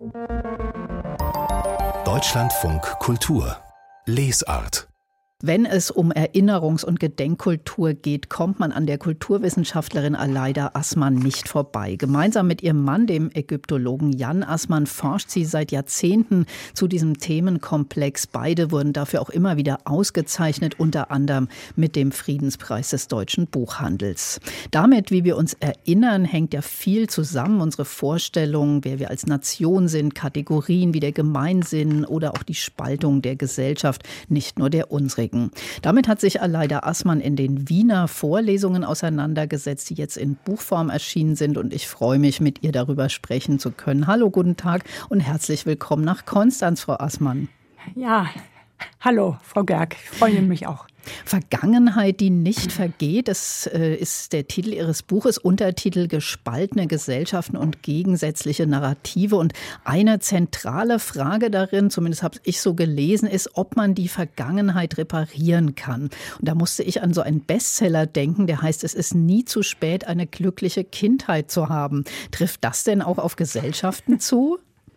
Deutschlandfunk Kultur Lesart. Wenn es um Erinnerungs- und Gedenkkultur geht, kommt man an der Kulturwissenschaftlerin Aleida Assmann nicht vorbei. Gemeinsam mit ihrem Mann, dem Ägyptologen Jan Assmann, forscht sie seit Jahrzehnten zu diesem Themenkomplex. Beide wurden dafür auch immer wieder ausgezeichnet, unter anderem mit dem Friedenspreis des deutschen Buchhandels. Damit, wie wir uns erinnern, hängt ja viel zusammen. Unsere Vorstellungen, wer wir als Nation sind, Kategorien wie der Gemeinsinn oder auch die Spaltung der Gesellschaft, nicht nur der unsrigen. Damit hat sich Aleida Assmann in den Wiener Vorlesungen auseinandergesetzt, die jetzt in Buchform erschienen sind. Und ich freue mich, mit ihr darüber sprechen zu können. Hallo, guten Tag und herzlich willkommen nach Konstanz, Frau Assmann. Ja, hallo, Frau Gerg. Ich freue mich auch. Vergangenheit, die nicht vergeht, das ist der Titel Ihres Buches, Untertitel Gespaltene Gesellschaften und gegensätzliche Narrative. Und eine zentrale Frage darin, zumindest habe ich so gelesen, ist, ob man die Vergangenheit reparieren kann. Und da musste ich an so einen Bestseller denken, der heißt, es ist nie zu spät, eine glückliche Kindheit zu haben. Trifft das denn auch auf Gesellschaften zu?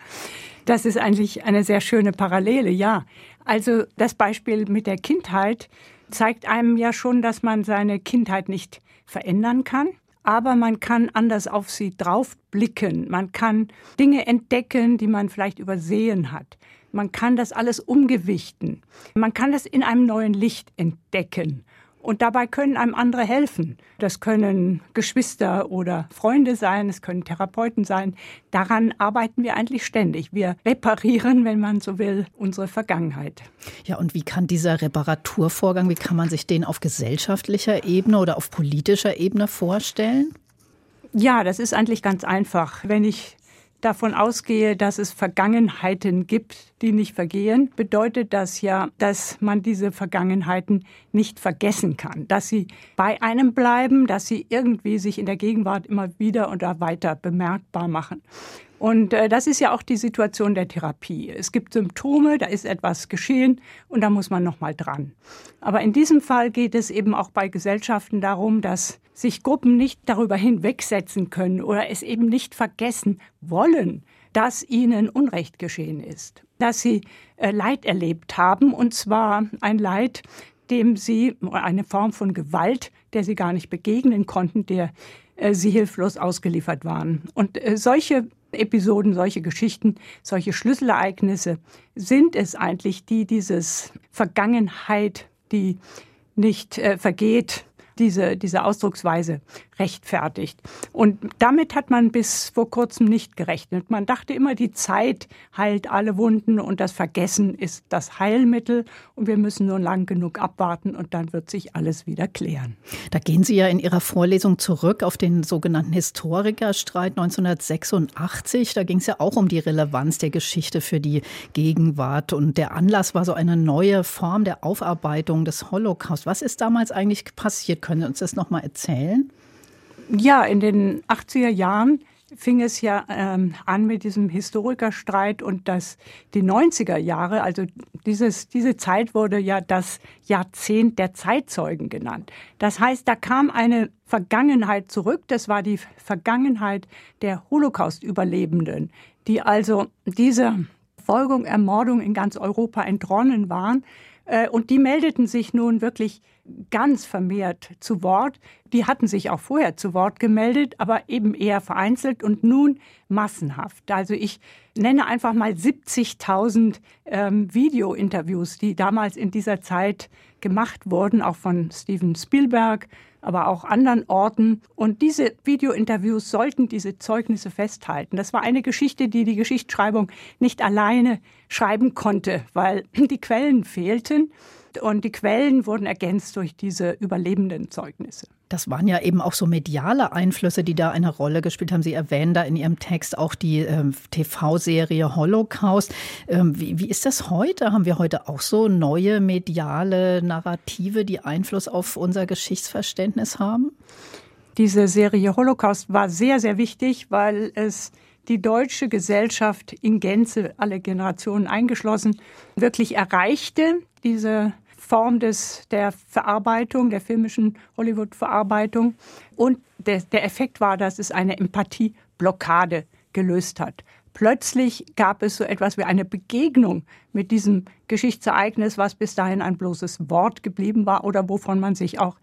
Das ist eigentlich eine sehr schöne Parallele, ja. Also das Beispiel mit der Kindheit zeigt einem ja schon, dass man seine Kindheit nicht verändern kann. Aber man kann anders auf sie draufblicken. Man kann Dinge entdecken, die man vielleicht übersehen hat. Man kann das alles umgewichten. Man kann das in einem neuen Licht entdecken. Und dabei können einem andere helfen. Das können Geschwister oder Freunde sein, es können Therapeuten sein. Daran arbeiten wir eigentlich ständig. Wir reparieren, wenn man so will, unsere Vergangenheit. Ja, und wie kann dieser Reparaturvorgang, wie kann man sich den auf gesellschaftlicher Ebene oder auf politischer Ebene vorstellen? Ja, das ist eigentlich ganz einfach. Wenn ich davon ausgehe, dass es Vergangenheiten gibt, die nicht vergehen, bedeutet das ja, dass man diese Vergangenheiten nicht vergessen kann, dass sie bei einem bleiben, dass sie irgendwie sich in der Gegenwart immer wieder und weiter bemerkbar machen. Und das ist ja auch die Situation der Therapie. Es gibt Symptome, da ist etwas geschehen und da muss man noch mal dran. Aber in diesem Fall geht es eben auch bei Gesellschaften darum, dass sich Gruppen nicht darüber hinwegsetzen können oder es eben nicht vergessen wollen, dass ihnen Unrecht geschehen ist, dass sie Leid erlebt haben, und zwar ein Leid, dem sie, eine Form von Gewalt, der sie gar nicht begegnen konnten, der sie hilflos ausgeliefert waren. Und solche Episoden, solche Geschichten, solche Schlüsselereignisse sind es eigentlich, die dieses Vergangenheit, die nicht vergeht, diese Ausdrucksweise rechtfertigt. Und damit hat man bis vor kurzem nicht gerechnet. Man dachte immer, die Zeit heilt alle Wunden und das Vergessen ist das Heilmittel und wir müssen nur lang genug abwarten und dann wird sich alles wieder klären. Da gehen Sie ja in Ihrer Vorlesung zurück auf den sogenannten Historikerstreit 1986. Da ging es ja auch um die Relevanz der Geschichte für die Gegenwart und der Anlass war so eine neue Form der Aufarbeitung des Holocaust. Was ist damals eigentlich passiert? Können Sie uns das noch mal erzählen? Ja, in den 80er Jahren fing es ja an mit diesem Historikerstreit und die 90er Jahre, also diese Zeit wurde ja das Jahrzehnt der Zeitzeugen genannt. Das heißt, da kam eine Vergangenheit zurück, das war die Vergangenheit der Holocaust-Überlebenden, die also dieser Verfolgung, Ermordung in ganz Europa entronnen waren. Und die meldeten sich nun wirklich ganz vermehrt zu Wort. Die hatten sich auch vorher zu Wort gemeldet, aber eben eher vereinzelt und nun massenhaft. Also ich nenne einfach mal 70.000 Video-Interviews, die damals in dieser Zeit gemacht wurden, auch von Steven Spielberg, aber auch anderen Orten. Und diese Video-Interviews sollten diese Zeugnisse festhalten. Das war eine Geschichte, die Geschichtsschreibung nicht alleine schreiben konnte, weil die Quellen fehlten. Und die Quellen wurden ergänzt durch diese überlebenden Zeugnisse. Das waren ja eben auch so mediale Einflüsse, die da eine Rolle gespielt haben. Sie erwähnen da in Ihrem Text auch die TV-Serie Holocaust. Wie ist das heute? Haben wir heute auch so neue mediale Narrative, die Einfluss auf unser Geschichtsverständnis haben? Diese Serie Holocaust war sehr, sehr wichtig, weil es die deutsche Gesellschaft in Gänze, alle Generationen eingeschlossen, wirklich erreichte, diese Form der Verarbeitung, der filmischen Hollywood-Verarbeitung. Und der Effekt war, dass es eine Empathieblockade gelöst hat. plötzlich gab es so etwas wie eine Begegnung mit diesem Geschichtsereignis, was bis dahin ein bloßes Wort geblieben war oder wovon man sich auch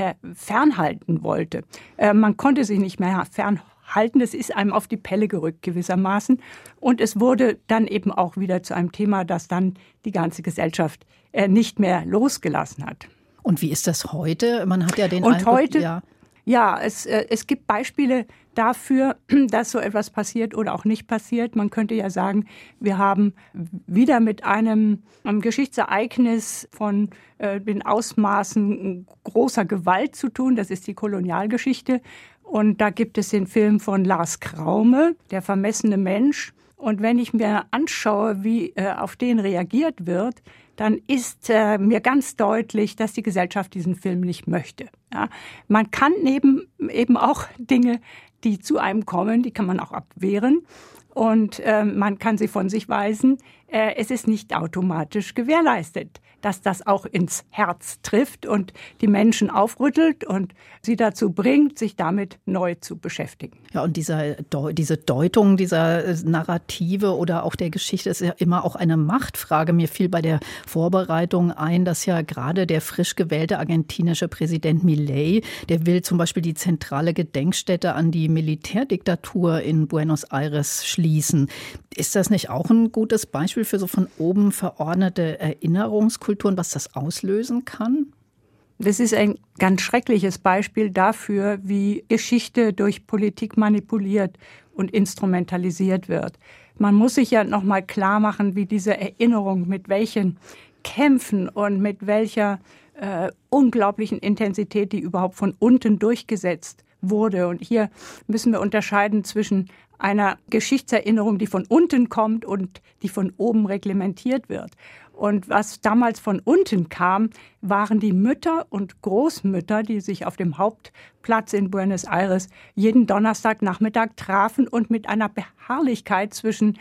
fernhalten wollte. Man konnte sich nicht mehr fernhalten, es ist einem auf die Pelle gerückt gewissermaßen. Und es wurde dann eben auch wieder zu einem Thema, das dann die ganze Gesellschaft nicht mehr losgelassen hat. Und wie ist das heute? Man hat ja den Eindruck, heute, ja, es gibt Beispiele dafür, dass so etwas passiert oder auch nicht passiert. Man könnte ja sagen, wir haben wieder mit einem Geschichtsereignis von den Ausmaßen großer Gewalt zu tun. Das ist die Kolonialgeschichte. Und da gibt es den Film von Lars Kraume, Der vermessene Mensch. Und wenn ich mir anschaue, wie auf den reagiert wird, dann ist mir ganz deutlich, dass die Gesellschaft diesen Film nicht möchte. Ja, man kann eben auch Dinge, die zu einem kommen, die kann man auch abwehren und man kann sie von sich weisen. Es ist nicht automatisch gewährleistet, dass das auch ins Herz trifft und die Menschen aufrüttelt und sie dazu bringt, sich damit neu zu beschäftigen. Ja, und diese Deutung dieser Narrative oder auch der Geschichte ist ja immer auch eine Machtfrage. Mir fiel bei der Vorbereitung ein, dass ja gerade der frisch gewählte argentinische Präsident Milei, der will zum Beispiel die zentrale Gedenkstätte an die Militärdiktatur in Buenos Aires schließen. Ist das nicht auch ein gutes Beispiel für so von oben verordnete Erinnerungskulturen, was das auslösen kann? Das ist ein ganz schreckliches Beispiel dafür, wie Geschichte durch Politik manipuliert und instrumentalisiert wird. Man muss sich ja noch mal klar machen, wie diese Erinnerung, mit welchen Kämpfen und mit welcher unglaublichen Intensität die überhaupt von unten durchgesetzt wurde. Und hier müssen wir unterscheiden zwischen einer Geschichtserinnerung, die von unten kommt und die von oben reglementiert wird. Und was damals von unten kam, waren die Mütter und Großmütter, die sich auf dem Hauptplatz in Buenos Aires jeden Donnerstagnachmittag trafen und mit einer Beharrlichkeit zwischen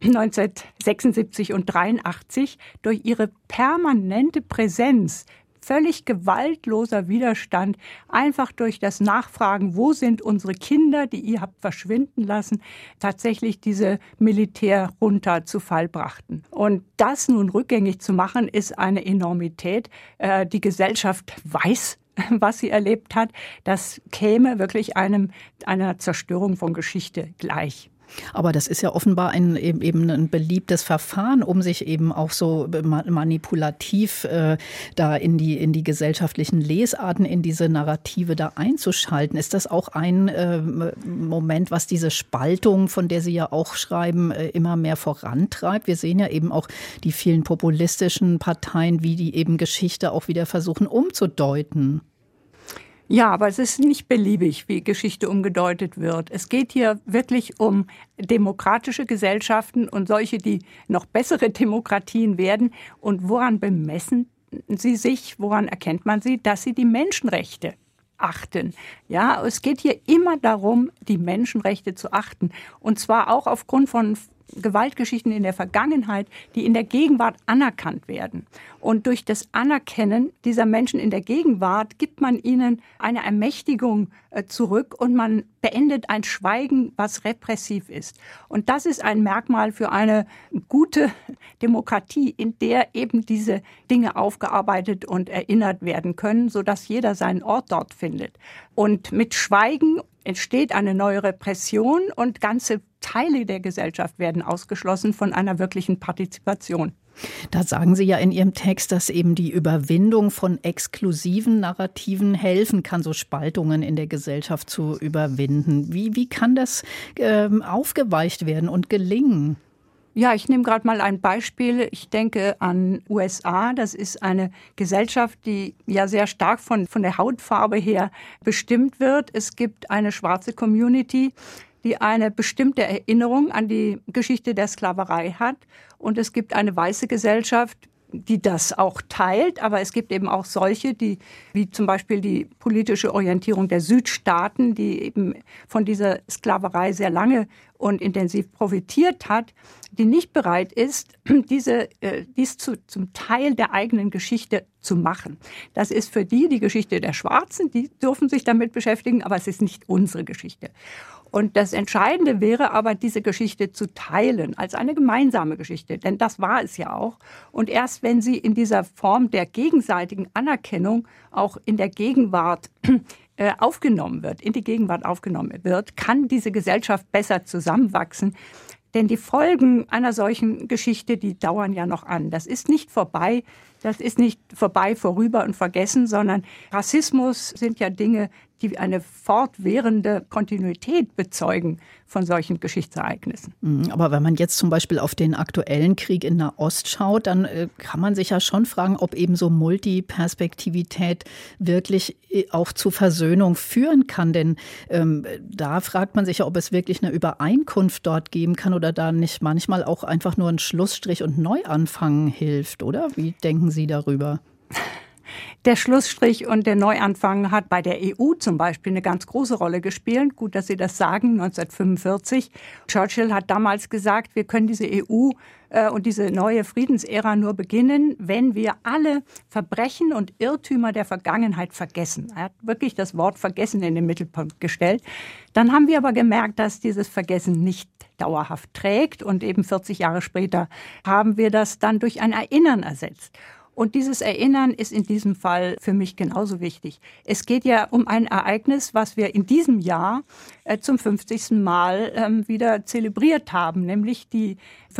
1976 und 1983 durch ihre permanente Präsenz, völlig gewaltloser Widerstand, einfach durch das Nachfragen, wo sind unsere Kinder, die ihr habt verschwinden lassen, tatsächlich diese Militärjunta zu Fall brachten. Und das nun rückgängig zu machen, ist eine Enormität. Die Gesellschaft weiß, was sie erlebt hat. Das käme wirklich einer Zerstörung von Geschichte gleich. Aber das ist ja offenbar eben ein beliebtes Verfahren, um sich eben auch so manipulativ da in die gesellschaftlichen Lesarten, in diese Narrative da einzuschalten. Ist das auch ein Moment, was diese Spaltung, von der Sie ja auch schreiben, immer mehr vorantreibt? Wir sehen ja eben auch die vielen populistischen Parteien, wie die eben Geschichte auch wieder versuchen umzudeuten. Ja, aber es ist nicht beliebig, wie Geschichte umgedeutet wird. Es geht hier wirklich um demokratische Gesellschaften und solche, die noch bessere Demokratien werden. Und woran bemessen sie sich, woran erkennt man sie? Dass sie die Menschenrechte achten. Ja, es geht hier immer darum, die Menschenrechte zu achten. Und zwar auch aufgrund von Gewaltgeschichten in der Vergangenheit, die in der Gegenwart anerkannt werden. Und durch das Anerkennen dieser Menschen in der Gegenwart gibt man ihnen eine Ermächtigung zurück und man beendet ein Schweigen, was repressiv ist. Und das ist ein Merkmal für eine gute Demokratie, in der eben diese Dinge aufgearbeitet und erinnert werden können, sodass jeder seinen Ort dort findet. Und mit Schweigen entsteht eine neue Repression und ganze Teile der Gesellschaft werden ausgeschlossen von einer wirklichen Partizipation. Da sagen Sie ja in Ihrem Text, dass eben die Überwindung von exklusiven Narrativen helfen kann, so Spaltungen in der Gesellschaft zu überwinden. Wie kann das aufgeweicht werden und gelingen? Ja, ich nehme gerade mal ein Beispiel. Ich denke an USA. Das ist eine Gesellschaft, die ja sehr stark von der Hautfarbe her bestimmt wird. Es gibt eine schwarze Community, die eine bestimmte Erinnerung an die Geschichte der Sklaverei hat. Und es gibt eine weiße Gesellschaft, die das auch teilt. Aber es gibt eben auch solche, wie zum Beispiel die politische Orientierung der Südstaaten, die eben von dieser Sklaverei sehr lange und intensiv profitiert hat, die nicht bereit ist, dies zum Teil der eigenen Geschichte zu machen. Das ist für die Geschichte der Schwarzen, die dürfen sich damit beschäftigen, aber es ist nicht unsere Geschichte. Und das Entscheidende wäre aber, diese Geschichte zu teilen als eine gemeinsame Geschichte, denn das war es ja auch. Und erst wenn sie in dieser Form der gegenseitigen Anerkennung auch in der Gegenwart aufgenommen wird, in die Gegenwart aufgenommen wird, kann diese Gesellschaft besser zusammenwachsen. Denn die Folgen einer solchen Geschichte, die dauern ja noch an. Das ist nicht vorbei. Das ist nicht vorbei, vorüber und vergessen, sondern Rassismus sind ja Dinge, die eine fortwährende Kontinuität bezeugen von solchen Geschichtsereignissen. Aber wenn man jetzt zum Beispiel auf den aktuellen Krieg in Nahost schaut, dann kann man sich ja schon fragen, ob eben so Multiperspektivität wirklich auch zu Versöhnung führen kann. Denn da fragt man sich ja, ob es wirklich eine Übereinkunft dort geben kann oder da nicht manchmal auch einfach nur ein Schlussstrich und Neuanfang hilft, oder? Wie denken Sie darüber? Der Schlussstrich und der Neuanfang hat bei der EU zum Beispiel eine ganz große Rolle gespielt. Gut, dass Sie das sagen, 1945. Churchill hat damals gesagt, wir können diese EU und diese neue Friedensära nur beginnen, wenn wir alle Verbrechen und Irrtümer der Vergangenheit vergessen. Er hat wirklich das Wort Vergessen in den Mittelpunkt gestellt. Dann haben wir aber gemerkt, dass dieses Vergessen nicht dauerhaft trägt. Und eben 40 Jahre später haben wir das dann durch ein Erinnern ersetzt. Und dieses Erinnern ist in diesem Fall für mich genauso wichtig. Es geht ja um ein Ereignis, was wir in diesem Jahr zum 50. Mal wieder zelebriert haben, nämlich die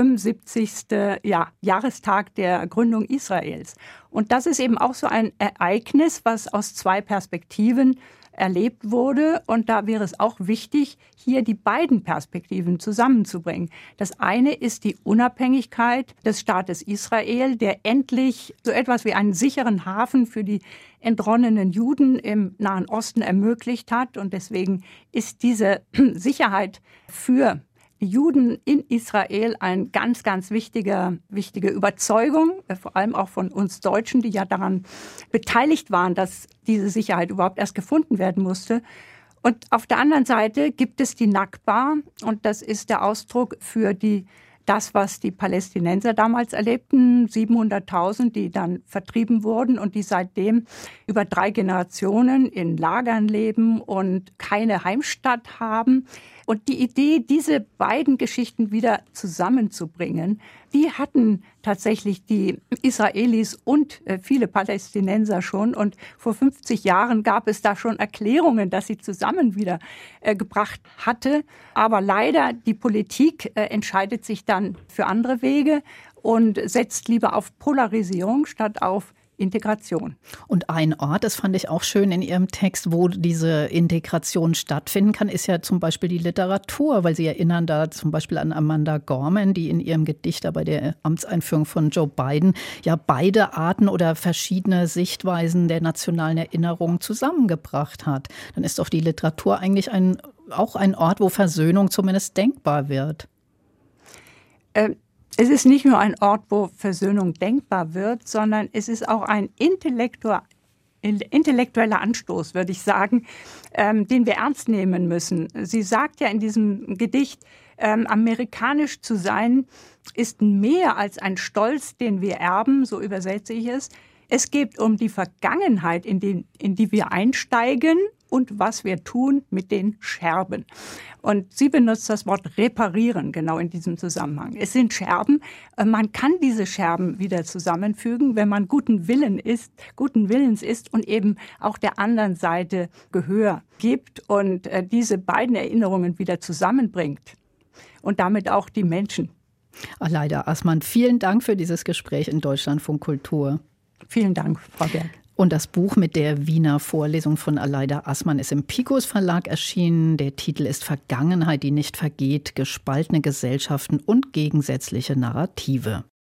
75. Jahrestag der Gründung Israels. Und das ist eben auch so ein Ereignis, was aus zwei Perspektiven erlebt wurde. Und da wäre es auch wichtig, hier die beiden Perspektiven zusammenzubringen. Das eine ist die Unabhängigkeit des Staates Israel, der endlich so etwas wie einen sicheren Hafen für die entronnenen Juden im Nahen Osten ermöglicht hat. Und deswegen ist diese Sicherheit für die Juden in Israel eine ganz, ganz wichtige Überzeugung, vor allem auch von uns Deutschen, die ja daran beteiligt waren, dass diese Sicherheit überhaupt erst gefunden werden musste. Und auf der anderen Seite gibt es die Nakba, und das ist der Ausdruck für das, was die Palästinenser damals erlebten, 700.000, die dann vertrieben wurden und die seitdem über 3 Generationen in Lagern leben und keine Heimstatt haben. Und die Idee, diese beiden Geschichten wieder zusammenzubringen, die hatten tatsächlich die Israelis und viele Palästinenser schon. Und vor 50 Jahren gab es da schon Erklärungen, dass sie zusammen wieder gebracht hatte. Aber leider, die Politik entscheidet sich dann für andere Wege und setzt lieber auf Polarisierung statt auf Integration. Und ein Ort, das fand ich auch schön in Ihrem Text, wo diese Integration stattfinden kann, ist ja zum Beispiel die Literatur, weil Sie erinnern da zum Beispiel an Amanda Gorman, die in ihrem Gedicht bei der Amtseinführung von Joe Biden ja beide Arten oder verschiedene Sichtweisen der nationalen Erinnerung zusammengebracht hat. Dann ist doch die Literatur eigentlich auch ein Ort, wo Versöhnung zumindest denkbar wird. Es ist nicht nur ein Ort, wo Versöhnung denkbar wird, sondern es ist auch ein intellektueller Anstoß, würde ich sagen, den wir ernst nehmen müssen. Sie sagt ja in diesem Gedicht, amerikanisch zu sein ist mehr als ein Stolz, den wir erben, so übersetze ich es. Es geht um die Vergangenheit, in die wir einsteigen und was wir tun mit den Scherben. Und sie benutzt das Wort reparieren genau in diesem Zusammenhang. Es sind Scherben. Man kann diese Scherben wieder zusammenfügen, wenn man guten Willens ist und eben auch der anderen Seite Gehör gibt und diese beiden Erinnerungen wieder zusammenbringt und damit auch die Menschen. Aleida Assmann, vielen Dank für dieses Gespräch in Deutschlandfunk Kultur. Vielen Dank, Frau Berg. Und das Buch mit der Wiener Vorlesung von Aleida Assmann ist im Picus Verlag erschienen. Der Titel ist Vergangenheit, die nicht vergeht, gespaltene Gesellschaften und gegensätzliche Narrative.